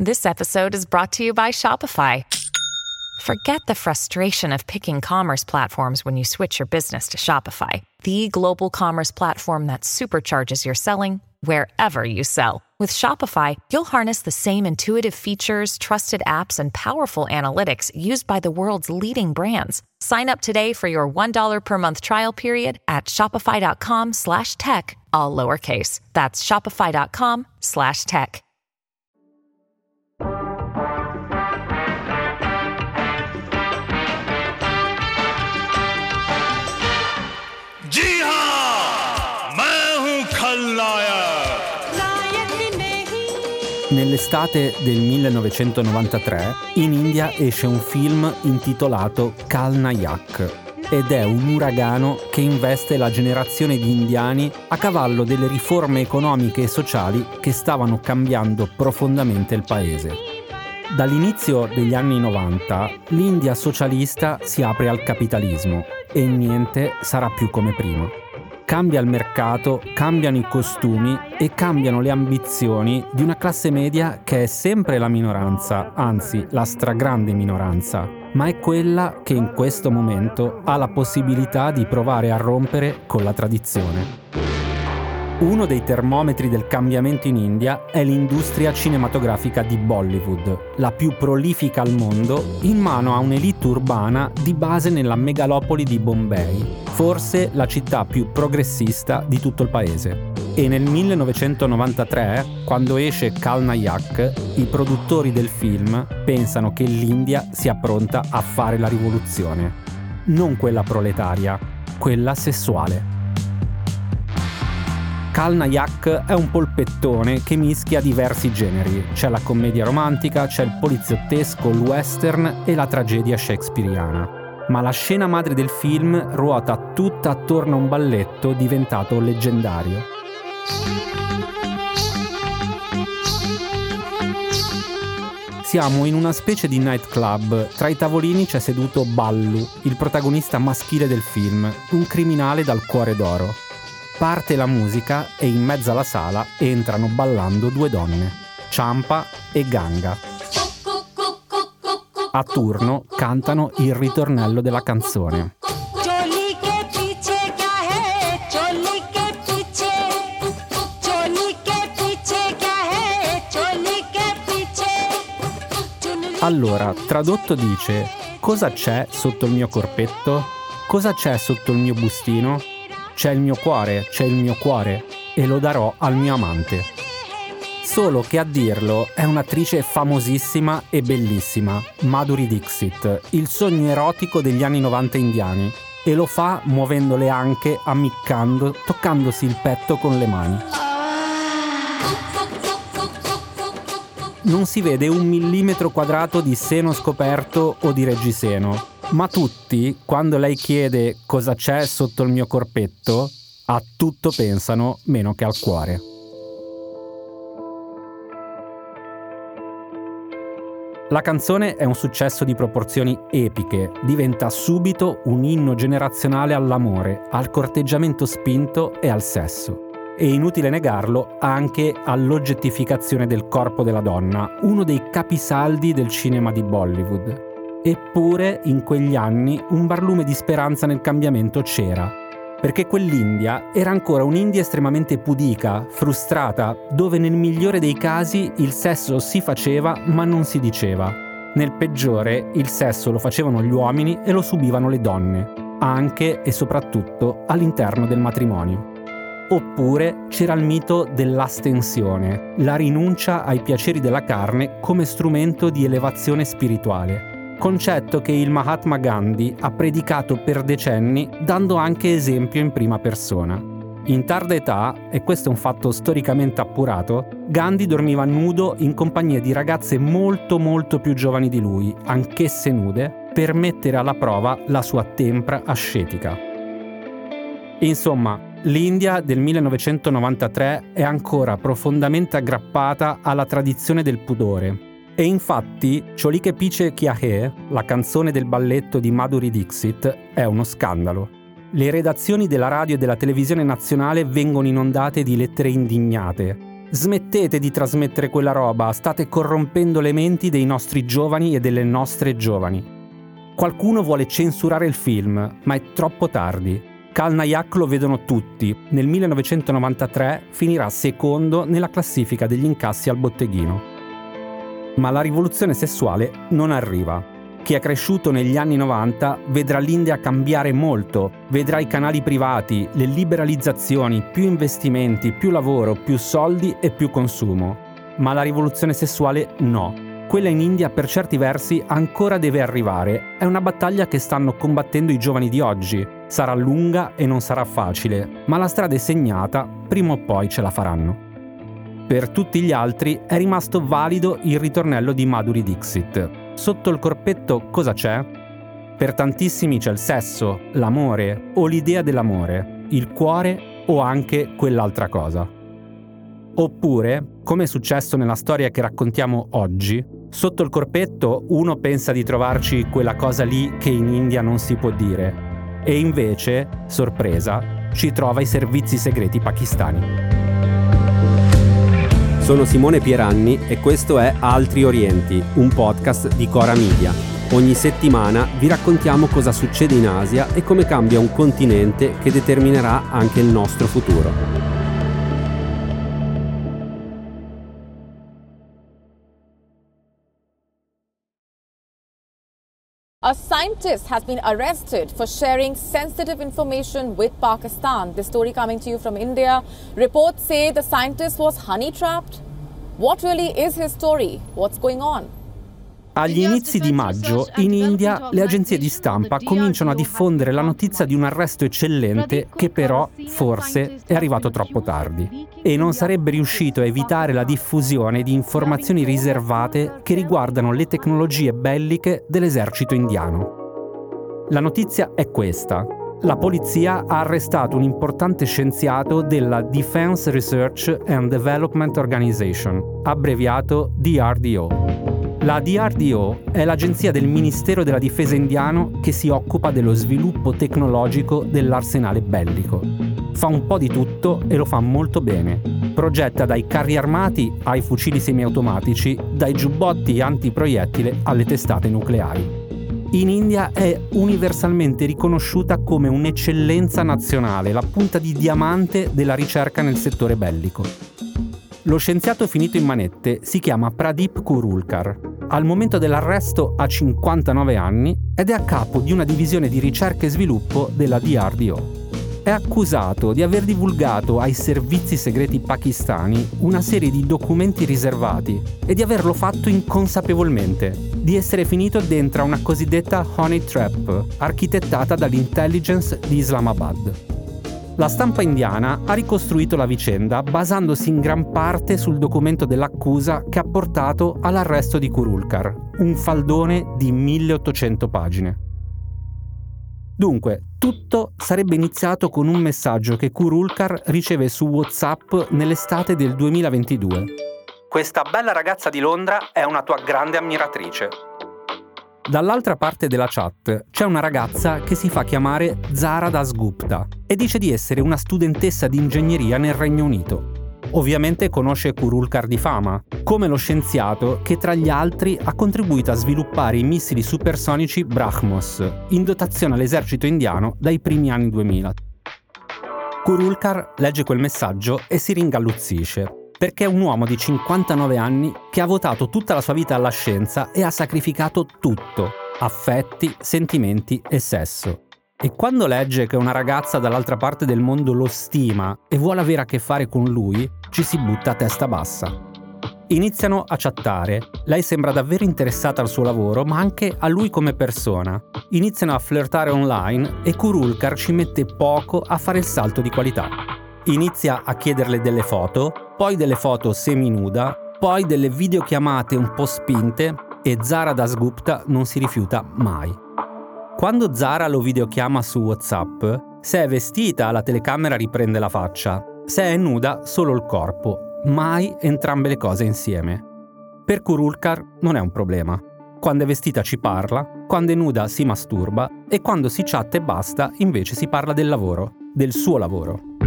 This episode is brought to you by Shopify. Forget the frustration of picking commerce platforms when you switch your business to Shopify, the global commerce platform that supercharges your selling wherever you sell. With Shopify, you'll harness the same intuitive features, trusted apps, and powerful analytics used by the world's leading brands. Sign up today for your $1 per month trial period at shopify.com/tech, all lowercase. That's shopify.com/tech. जी हाँ, मैं हूँ खलनायक। Nell'estate del 1993 in India esce un film intitolato Kal Nayak ed è un uragano che investe la generazione di indiani a cavallo delle riforme economiche e sociali che stavano cambiando profondamente il paese. Dall'inizio degli anni 90 l'India socialista si apre al capitalismo e niente sarà più come prima. Cambia il mercato, cambiano i costumi e cambiano le ambizioni di una classe media che è sempre la minoranza, anzi la stragrande minoranza, ma è quella che in questo momento ha la possibilità di provare a rompere con la tradizione. Uno dei termometri del cambiamento in India è l'industria cinematografica di Bollywood, la più prolifica al mondo, in mano a un'elite urbana di base nella megalopoli di Bombay, forse la città più progressista di tutto il paese. E nel 1993, quando esce Kal Nayak, i produttori del film pensano che l'India sia pronta a fare la rivoluzione. Non quella proletaria, quella sessuale. Kal Nayak è un polpettone che mischia diversi generi. C'è la commedia romantica, c'è il poliziottesco, il western e la tragedia shakespeariana. Ma la scena madre del film ruota tutta attorno a un balletto diventato leggendario. Siamo in una specie di nightclub. Tra i tavolini c'è seduto Ballu, il protagonista maschile del film, un criminale dal cuore d'oro. Parte la musica e in mezzo alla sala entrano ballando due donne, Champa e Ganga. A turno cantano il ritornello della canzone. Allora, tradotto dice: cosa c'è sotto il mio corpetto? Cosa c'è sotto il mio bustino? C'è il mio cuore e lo darò al mio amante. Solo che a dirlo è un'attrice famosissima e bellissima, Madhuri Dixit, il sogno erotico degli anni 90 indiani, e lo fa muovendo le anche, ammiccando, toccandosi il petto con le mani. Non si vede 1 millimetro quadrato di seno scoperto o di reggiseno, ma tutti, quando lei chiede cosa c'è sotto il mio corpetto, a tutto pensano meno che al cuore. La canzone è un successo di proporzioni epiche, diventa subito un inno generazionale all'amore, al corteggiamento spinto e al sesso. E inutile negarlo, anche all'oggettificazione del corpo della donna, uno dei capisaldi del cinema di Bollywood. Eppure, in quegli anni, un barlume di speranza nel cambiamento c'era, perché quell'India era ancora un'India estremamente pudica, frustrata, dove nel migliore dei casi il sesso si faceva ma non si diceva. Nel peggiore, il sesso lo facevano gli uomini e lo subivano le donne, anche e soprattutto all'interno del matrimonio. Oppure c'era il mito dell'astensione, la rinuncia ai piaceri della carne come strumento di elevazione spirituale, concetto che il Mahatma Gandhi ha predicato per decenni, dando anche esempio in prima persona. In tarda età, e questo è un fatto storicamente appurato, Gandhi dormiva nudo in compagnia di ragazze molto più giovani di lui, anch'esse nude, per mettere alla prova la sua tempra ascetica. Insomma, l'India del 1993 è ancora profondamente aggrappata alla tradizione del pudore. E infatti, Choli Ke Piche Kya Hai, la canzone del balletto di Madhuri Dixit, è uno scandalo. Le redazioni della radio e della televisione nazionale vengono inondate di lettere indignate. Smettete di trasmettere quella roba, state corrompendo le menti dei nostri giovani e delle nostre giovani. Qualcuno vuole censurare il film, ma è troppo tardi. Kal Nayak lo vedono tutti. Nel 1993 finirà secondo nella classifica degli incassi al botteghino. Ma la rivoluzione sessuale non arriva. Chi è cresciuto negli anni 90 vedrà l'India cambiare molto, vedrà i canali privati, le liberalizzazioni, più investimenti, più lavoro, più soldi e più consumo. Ma la rivoluzione sessuale no. Quella in India per certi versi ancora deve arrivare. È una battaglia che stanno combattendo i giovani di oggi. Sarà lunga e non sarà facile, ma la strada è segnata, prima o poi ce la faranno. Per tutti gli altri è rimasto valido il ritornello di Madhuri Dixit. Sotto il corpetto cosa c'è? Per tantissimi c'è il sesso, l'amore o l'idea dell'amore, il cuore o anche quell'altra cosa. Oppure, come è successo nella storia che raccontiamo oggi, sotto il corpetto uno pensa di trovarci quella cosa lì che in India non si può dire e invece, sorpresa, ci trova i servizi segreti pakistani. Sono Simone Pieranni e questo è Altri Orienti, un podcast di Cora Media. Ogni settimana vi raccontiamo cosa succede in Asia e come cambia un continente che determinerà anche il nostro futuro. A scientist has been arrested for sharing sensitive information with Pakistan. This story coming to you from India. Reports say the scientist was honey-trapped. What really is his story? What's going on? Agli inizi di maggio, in India, le agenzie di stampa cominciano a diffondere la notizia di un arresto eccellente che però, forse, è arrivato troppo tardi e non sarebbe riuscito a evitare la diffusione di informazioni riservate che riguardano le tecnologie belliche dell'esercito indiano. La notizia è questa. La polizia ha arrestato un importante scienziato della Defense Research and Development Organization, abbreviato DRDO. La DRDO è l'agenzia del Ministero della Difesa indiano che si occupa dello sviluppo tecnologico dell'arsenale bellico. Fa un po' di tutto e lo fa molto bene. Progetta dai carri armati ai fucili semiautomatici, dai giubbotti antiproiettile alle testate nucleari. In India è universalmente riconosciuta come un'eccellenza nazionale, la punta di diamante della ricerca nel settore bellico. Lo scienziato finito in manette si chiama Pradip Kurulkar. Al momento dell'arresto ha 59 anni ed è a capo di una divisione di ricerca e sviluppo della DRDO. È accusato di aver divulgato ai servizi segreti pakistani una serie di documenti riservati e di averlo fatto inconsapevolmente, di essere finito dentro a una cosiddetta honey trap architettata dall'intelligence di Islamabad. La stampa indiana ha ricostruito la vicenda basandosi in gran parte sul documento dell'accusa che ha portato all'arresto di Kurulkar, un faldone di 1800 pagine. Dunque, tutto sarebbe iniziato con un messaggio che Kurulkar riceve su WhatsApp nell'estate del 2022. Questa bella ragazza di Londra è una tua grande ammiratrice. Dall'altra parte della chat c'è una ragazza che si fa chiamare Zara Dasgupta e dice di essere una studentessa di ingegneria nel Regno Unito. Ovviamente conosce Kurulkar di fama, come lo scienziato che tra gli altri ha contribuito a sviluppare i missili supersonici BrahMos, in dotazione all'esercito indiano dai primi anni 2000. Kurulkar legge quel messaggio e si ringalluzzisce, perché è un uomo di 59 anni che ha votato tutta la sua vita alla scienza e ha sacrificato tutto: affetti, sentimenti e sesso. E quando legge che una ragazza dall'altra parte del mondo lo stima e vuole avere a che fare con lui, ci si butta a testa bassa. Iniziano a chattare, lei sembra davvero interessata al suo lavoro, ma anche a lui come persona. Iniziano a flirtare online e Kurulkar ci mette poco a fare il salto di qualità. Inizia a chiederle delle foto, poi delle foto seminuda, poi delle videochiamate un po' spinte e Zara Dasgupta non si rifiuta mai. Quando Zara lo videochiama su WhatsApp, se è vestita la telecamera riprende la faccia, se è nuda solo il corpo, mai entrambe le cose insieme. Per Kurulkar non è un problema. Quando è vestita ci parla, quando è nuda si masturba e quando si chatta e basta invece si parla del lavoro, del suo lavoro.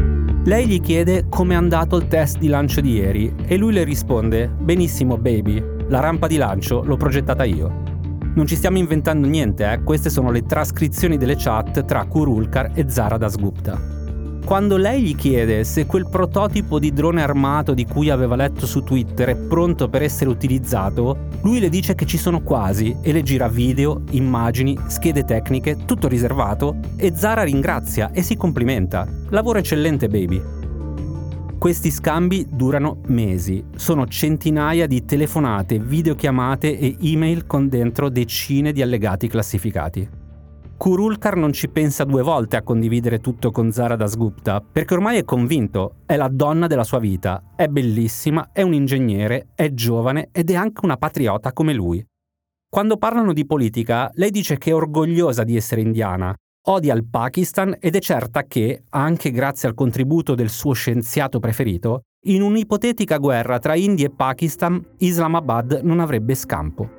Lei gli chiede come è andato il test di lancio di ieri e lui le risponde: benissimo baby, la rampa di lancio l'ho progettata io. Non ci stiamo inventando niente, queste sono le trascrizioni delle chat tra Kurulkar e Zara Dasgupta. Quando lei gli chiede se quel prototipo di drone armato di cui aveva letto su Twitter è pronto per essere utilizzato, lui le dice che ci sono quasi e le gira video, immagini, schede tecniche, tutto riservato, e Zara ringrazia e si complimenta. Lavoro eccellente, baby. Questi scambi durano mesi, sono centinaia di telefonate, videochiamate e email con dentro decine di allegati classificati. Kurulkar non ci pensa 2 volte a condividere tutto con Zara Dasgupta, perché ormai è convinto, è la donna della sua vita, è bellissima, è un ingegnere, è giovane ed è anche una patriota come lui. Quando parlano di politica, lei dice che è orgogliosa di essere indiana, odia il Pakistan ed è certa che, anche grazie al contributo del suo scienziato preferito, in un'ipotetica guerra tra India e Pakistan, Islamabad non avrebbe scampo.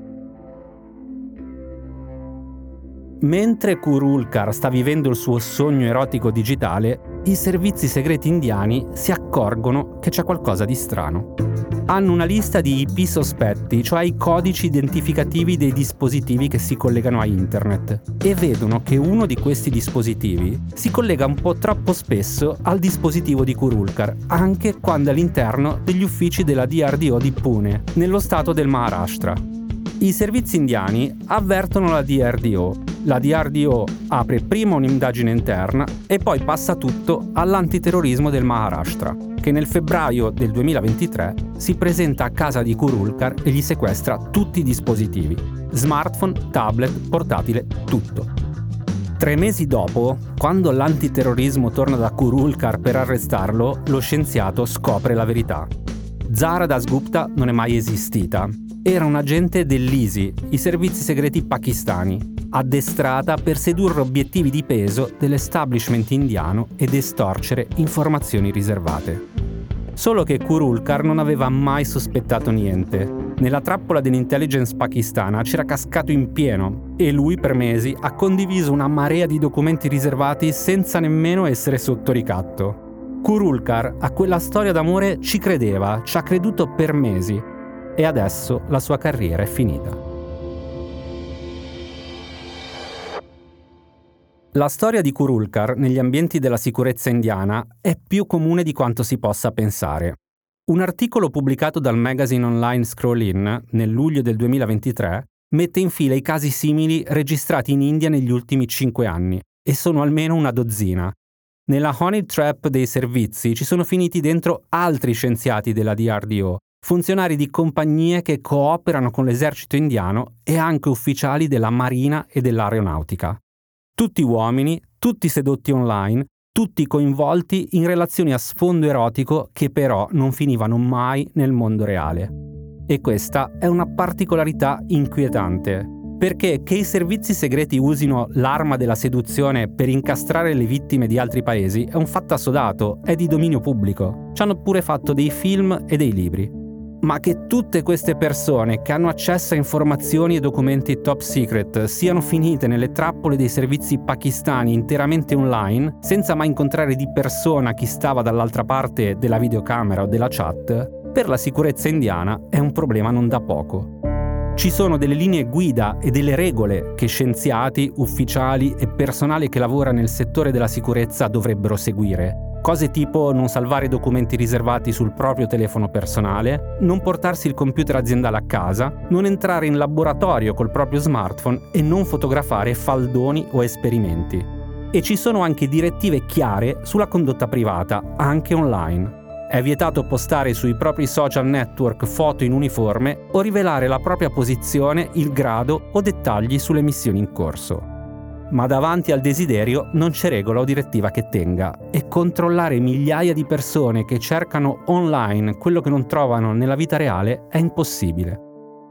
Mentre Kurulkar sta vivendo il suo sogno erotico digitale, i servizi segreti indiani si accorgono che c'è qualcosa di strano. Hanno una lista di IP sospetti, cioè i codici identificativi dei dispositivi che si collegano a internet, e vedono che uno di questi dispositivi si collega un po' troppo spesso al dispositivo di Kurulkar, anche quando è all'interno degli uffici della DRDO di Pune, nello stato del Maharashtra. I servizi indiani avvertono la DRDO. La DRDO apre prima un'indagine interna e poi passa tutto all'antiterrorismo del Maharashtra, che nel febbraio del 2023 si presenta a casa di Kurulkar e gli sequestra tutti i dispositivi: smartphone, tablet, portatile, tutto. 3 mesi dopo, quando l'antiterrorismo torna da Kurulkar per arrestarlo, lo scienziato scopre la verità. Zara Dasgupta non è mai esistita. Era un agente dell'ISI, i servizi segreti pakistani, addestrata per sedurre obiettivi di peso dell'establishment indiano ed estorcere informazioni riservate. Solo che Kurulkar non aveva mai sospettato niente. Nella trappola dell'intelligence pakistana c'era cascato in pieno e lui per mesi ha condiviso una marea di documenti riservati senza nemmeno essere sotto ricatto. Kurulkar a quella storia d'amore ci credeva, ci ha creduto per mesi. E adesso la sua carriera è finita. La storia di Kurulkar negli ambienti della sicurezza indiana è più comune di quanto si possa pensare. Un articolo pubblicato dal magazine online Scroll In nel luglio del 2023 mette in fila i casi simili registrati in India negli ultimi 5 anni, e sono almeno una dozzina. Nella honey trap dei servizi ci sono finiti dentro altri scienziati della DRDO, funzionari di compagnie che cooperano con l'esercito indiano e anche ufficiali della marina e dell'aeronautica. Tutti uomini, tutti sedotti online, tutti coinvolti in relazioni a sfondo erotico che però non finivano mai nel mondo reale. E questa è una particolarità inquietante, perché che i servizi segreti usino l'arma della seduzione per incastrare le vittime di altri paesi è un fatto assodato, è di dominio pubblico. Ci hanno pure fatto dei film e dei libri. Ma che tutte queste persone che hanno accesso a informazioni e documenti top secret siano finite nelle trappole dei servizi pakistani interamente online, senza mai incontrare di persona chi stava dall'altra parte della videocamera o della chat, per la sicurezza indiana è un problema non da poco. Ci sono delle linee guida e delle regole che scienziati, ufficiali e personale che lavora nel settore della sicurezza dovrebbero seguire. Cose tipo non salvare documenti riservati sul proprio telefono personale, non portarsi il computer aziendale a casa, non entrare in laboratorio col proprio smartphone e non fotografare faldoni o esperimenti. E ci sono anche direttive chiare sulla condotta privata, anche online. È vietato postare sui propri social network foto in uniforme o rivelare la propria posizione, il grado o dettagli sulle missioni in corso. Ma davanti al desiderio non c'è regola o direttiva che tenga, e controllare migliaia di persone che cercano online quello che non trovano nella vita reale è impossibile.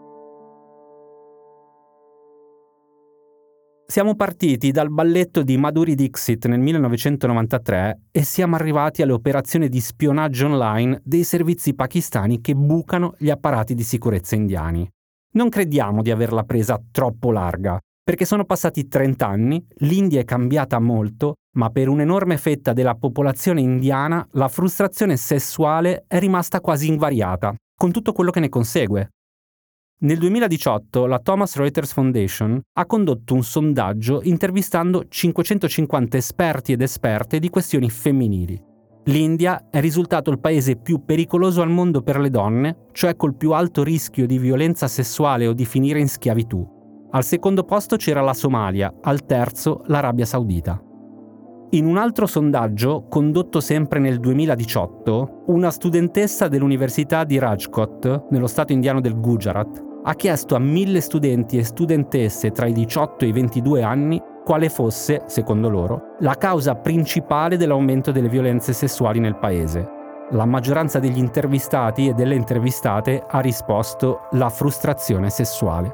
Siamo partiti dal balletto di Madhuri Dixit nel 1993 e siamo arrivati alle operazioni di spionaggio online dei servizi pakistani che bucano gli apparati di sicurezza indiani. Non crediamo di averla presa troppo larga. Perché sono passati 30 anni, l'India è cambiata molto, ma per un'enorme fetta della popolazione indiana la frustrazione sessuale è rimasta quasi invariata, con tutto quello che ne consegue. Nel 2018 la Thomson Reuters Foundation ha condotto un sondaggio intervistando 550 esperti ed esperte di questioni femminili. L'India è risultato il paese più pericoloso al mondo per le donne, cioè col più alto rischio di violenza sessuale o di finire in schiavitù. Al secondo posto c'era la Somalia, al terzo l'Arabia Saudita. In un altro sondaggio, condotto sempre nel 2018, una studentessa dell'Università di Rajkot, nello stato indiano del Gujarat, ha chiesto a 1000 studenti e studentesse tra i 18 e i 22 anni quale fosse, secondo loro, la causa principale dell'aumento delle violenze sessuali nel paese. La maggioranza degli intervistati e delle intervistate ha risposto la frustrazione sessuale.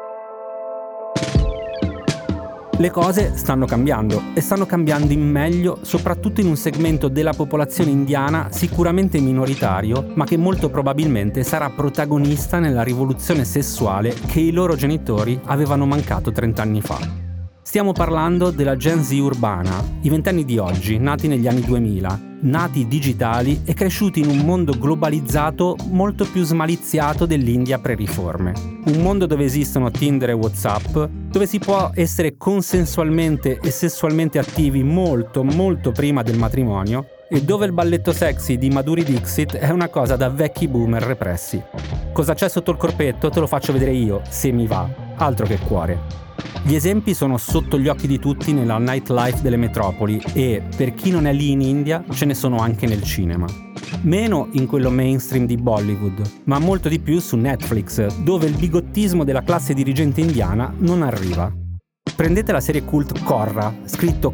Le cose stanno cambiando e stanno cambiando in meglio, soprattutto in un segmento della popolazione indiana sicuramente minoritario, ma che molto probabilmente sarà protagonista nella rivoluzione sessuale che i loro genitori avevano mancato 30 anni fa. Stiamo parlando della Gen Z urbana, i ventenni di oggi, nati negli anni 2000, nati digitali e cresciuti in un mondo globalizzato molto più smaliziato dell'India pre-riforme. Un mondo dove esistono Tinder e WhatsApp, dove si può essere consensualmente e sessualmente attivi molto prima del matrimonio e dove il balletto sexy di Madhuri Dixit è una cosa da vecchi boomer repressi. Cosa c'è sotto il corpetto te lo faccio vedere io, se mi va, altro che cuore. Gli esempi sono sotto gli occhi di tutti nella nightlife delle metropoli e, per chi non è lì in India, ce ne sono anche nel cinema. Meno in quello mainstream di Bollywood, ma molto di più su Netflix, dove il bigottismo della classe dirigente indiana non arriva. Prendete la serie cult Korra, scritto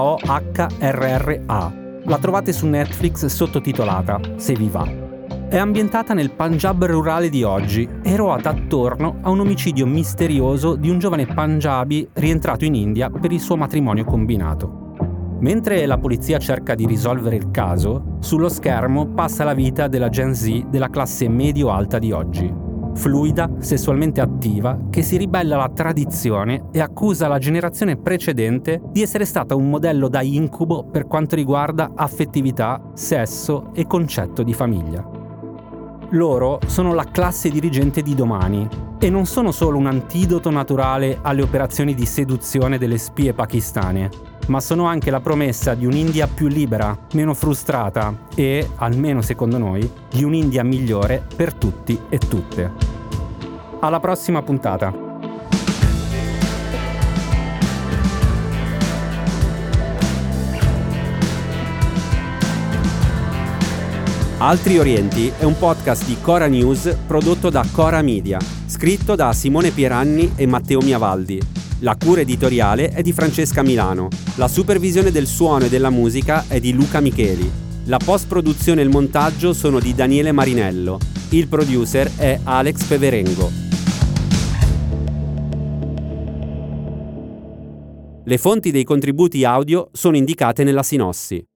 Kohraa. La trovate su Netflix sottotitolata, se vi va. È ambientata nel Punjab rurale di oggi e ruota attorno a un omicidio misterioso di un giovane Punjabi rientrato in India per il suo matrimonio combinato. Mentre la polizia cerca di risolvere il caso, sullo schermo passa la vita della Gen Z della classe medio-alta di oggi. Fluida, sessualmente attiva, che si ribella alla tradizione e accusa la generazione precedente di essere stata un modello da incubo per quanto riguarda affettività, sesso e concetto di famiglia. Loro sono la classe dirigente di domani e non sono solo un antidoto naturale alle operazioni di seduzione delle spie pakistane, ma sono anche la promessa di un'India più libera, meno frustrata e, almeno secondo noi, di un'India migliore per tutti e tutte. Alla prossima puntata! Altri Orienti è un podcast di Cora News prodotto da Cora Media, scritto da Simone Pieranni e Matteo Miavaldi. La cura editoriale è di Francesca Milano. La supervisione del suono e della musica è di Luca Micheli. La post-produzione e il montaggio sono di Daniele Marinello. Il producer è Alex Peverengo. Le fonti dei contributi audio sono indicate nella sinossi.